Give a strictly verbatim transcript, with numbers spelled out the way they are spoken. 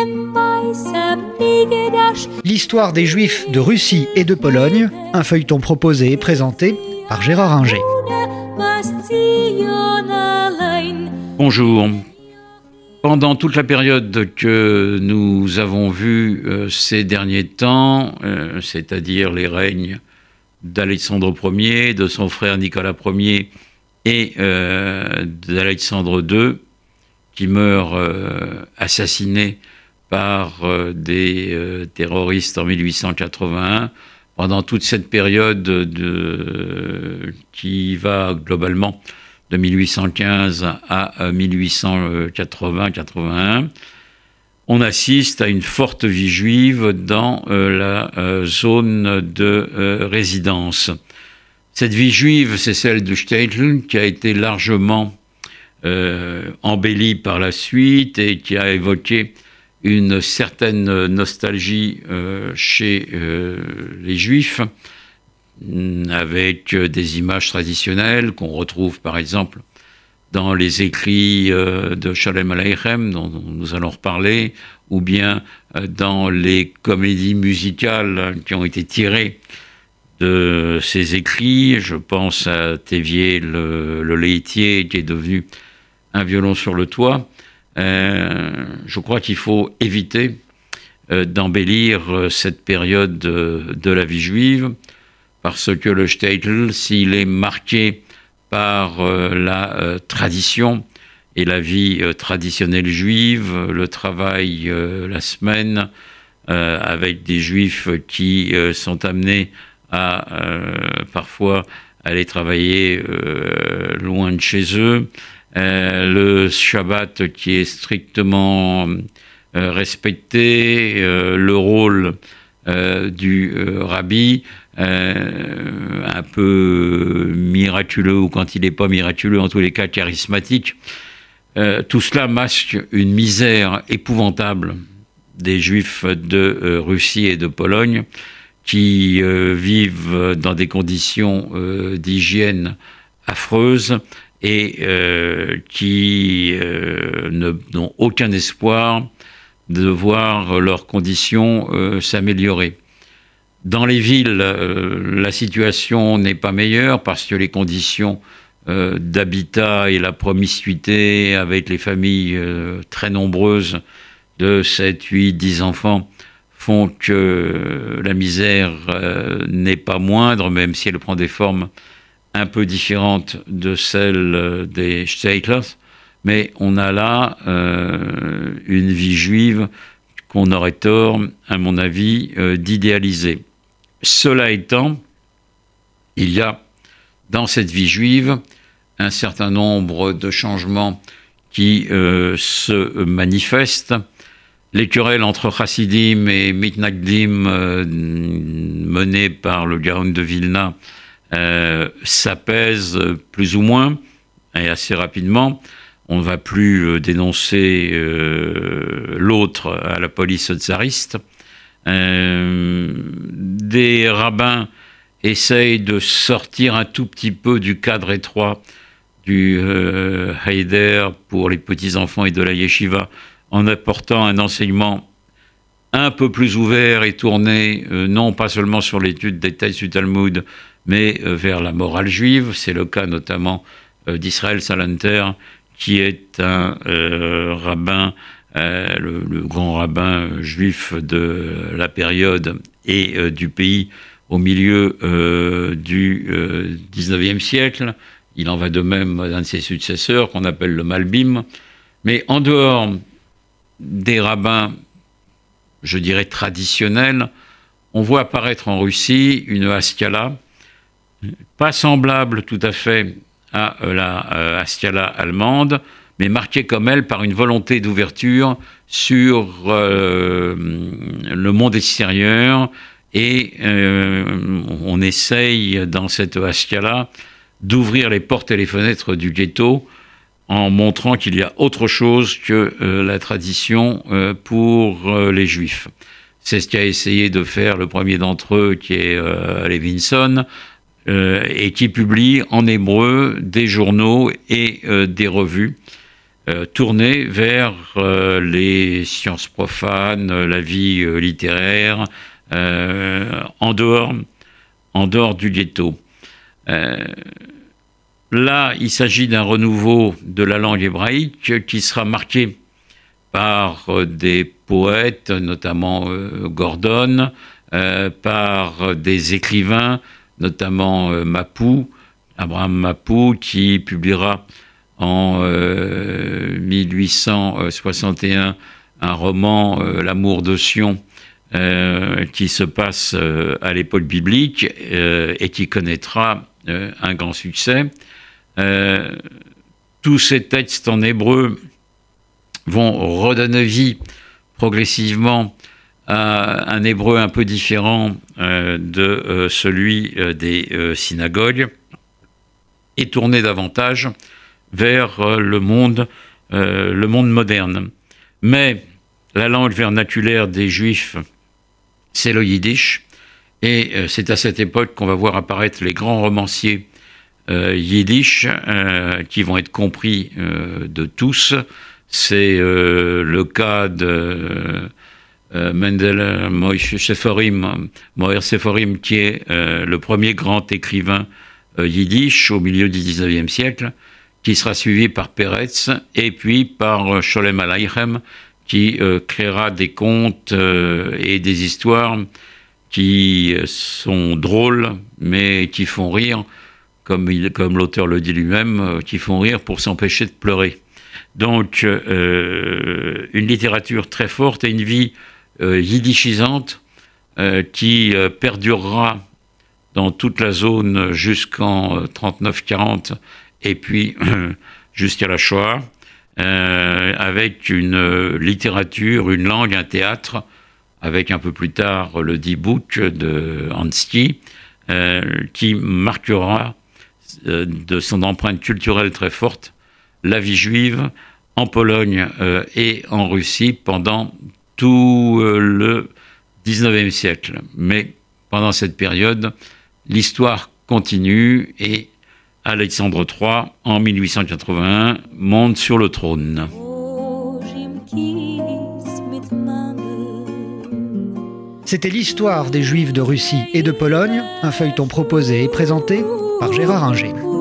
L'histoire des Juifs de Russie et de Pologne, un feuilleton proposé et présenté par Gérard Inger. Bonjour. Pendant toute la période que nous avons vue euh, ces derniers temps, euh, c'est-à-dire les règnes d'Alexandre Ier, de son frère Nicolas Ier et euh, d'Alexandre deux, qui meurt euh, assassiné par euh, des euh, terroristes en mille huit cent quatre-vingt-un, pendant toute cette période de, qui va globalement de mille huit cent quinze à mille huit cent quatre-vingts quatre-vingt-un, on assiste à une forte vie juive dans euh, la euh, zone de euh, résidence. Cette vie juive, c'est celle de Shtetl, qui a été largement euh, embellie par la suite et qui a évoqué une certaine nostalgie euh, chez euh, les Juifs, avec des images traditionnelles qu'on retrouve par exemple dans les écrits euh, de Sholem Aleichem, dont nous allons reparler, ou bien euh, dans les comédies musicales qui ont été tirées de ces écrits. Je pense à Thévier le, le laitier, qui est devenu un violon sur le toit. Euh, je crois qu'il faut éviter euh, d'embellir cette période de, de la vie juive, parce que le shtetl, s'il est marqué par euh, la euh, tradition et la vie euh, traditionnelle juive, le travail euh, la semaine, euh, avec des juifs qui euh, sont amenés à euh, parfois aller travailler euh, loin de chez eux, euh, le Shabbat qui est strictement euh, respecté, euh, le rôle euh, du euh, rabbi, Euh, un peu miraculeux, ou quand il n'est pas miraculeux, en tous les cas charismatique. Euh, tout cela masque une misère épouvantable des Juifs de euh, Russie et de Pologne, qui euh, vivent dans des conditions euh, d'hygiène affreuses et euh, qui euh, ne, n'ont aucun espoir de voir leurs conditions euh, s'améliorer. Dans les villes, euh, la situation n'est pas meilleure parce que les conditions euh, d'habitat et la promiscuité avec les familles euh, très nombreuses de sept, huit, dix enfants font que la misère euh, n'est pas moindre, même si elle prend des formes un peu différentes de celles des shtetls. Mais on a là euh, une vie juive qu'on aurait tort, à mon avis, euh, d'idéaliser. Cela étant, il y a dans cette vie juive un certain nombre de changements qui euh, se manifestent. Les querelles entre Chassidim et Mitnagdim euh, menées par le Gaon de Vilna euh, s'apaisent plus ou moins et assez rapidement. On ne va plus dénoncer euh, l'autre à la police tsariste. Euh, des rabbins essayent de sortir un tout petit peu du cadre étroit du euh, Heider pour les petits-enfants et de la yeshiva, en apportant un enseignement un peu plus ouvert et tourné, euh, non pas seulement sur l'étude des textes du Talmud, mais euh, vers la morale juive. C'est le cas notamment euh, d'Israël Salanter, qui est un euh, rabbin Euh, le, le grand rabbin juif de la période et euh, du pays au milieu euh, du euh, dix-neuvième siècle. Il en va de même d'un de ses successeurs, qu'on appelle le Malbim. Mais en dehors des rabbins, je dirais traditionnels, on voit apparaître en Russie une Haskalah, pas semblable tout à fait à la euh, Haskalah allemande, mais marquée comme elle par une volonté d'ouverture sur euh, le monde extérieur. Et euh, on essaye, dans cette Haskalah, d'ouvrir les portes et les fenêtres du ghetto en montrant qu'il y a autre chose que euh, la tradition euh, pour euh, les Juifs. C'est ce qu'a essayé de faire le premier d'entre eux, qui est euh, Levinson, euh, et qui publie en hébreu des journaux et euh, des revues euh, tourné vers euh, les sciences profanes, la vie euh, littéraire, euh, en dehors, en dehors du ghetto. Euh, là, il s'agit d'un renouveau de la langue hébraïque qui sera marqué par euh, des poètes, notamment euh, Gordon, euh, par des écrivains, notamment euh, Mapou, Abraham Mapou, qui publiera en euh, mille huit cent soixante et un un roman, euh, L'amour de Sion, euh, qui se passe euh, à l'époque biblique euh, et qui connaîtra euh, un grand succès. Euh, tous ces textes en hébreu vont redonner vie progressivement à un hébreu un peu différent euh, de euh, celui euh, des euh, synagogues et tourner davantage vers euh, le monde, euh, le monde moderne. Mais la langue vernaculaire des Juifs, c'est le yiddish, et euh, c'est à cette époque qu'on va voir apparaître les grands romanciers euh, yiddish euh, qui vont être compris euh, de tous. C'est euh, le cas de euh, Mendel Moïse Sephorim, Moïse Sephorim, qui est euh, le premier grand écrivain euh, yiddish au milieu du dix-neuvième siècle, qui sera suivi par Peretz et puis par Sholem Aleichem, qui euh, créera des contes euh, et des histoires qui sont drôles, mais qui font rire, comme, il, comme l'auteur le dit lui-même, euh, qui font rire pour s'empêcher de pleurer. Donc, euh, une littérature très forte et une vie euh, yiddishisante euh, qui euh, perdurera dans toute la zone jusqu'en trente-neuf quarante et puis euh, jusqu'à la Shoah, euh, avec une euh, littérature, une langue, un théâtre, avec un peu plus tard le Dibouk de Ansky, euh, qui marquera euh, de son empreinte culturelle très forte la vie juive en Pologne euh, et en Russie pendant tout euh, le dix-neuvième siècle. Mais pendant cette période, l'histoire continue et Alexandre trois, en mille huit cent quatre-vingt-un, monte sur le trône. C'était l'histoire des Juifs de Russie et de Pologne, un feuilleton proposé et présenté par Gérard Inger.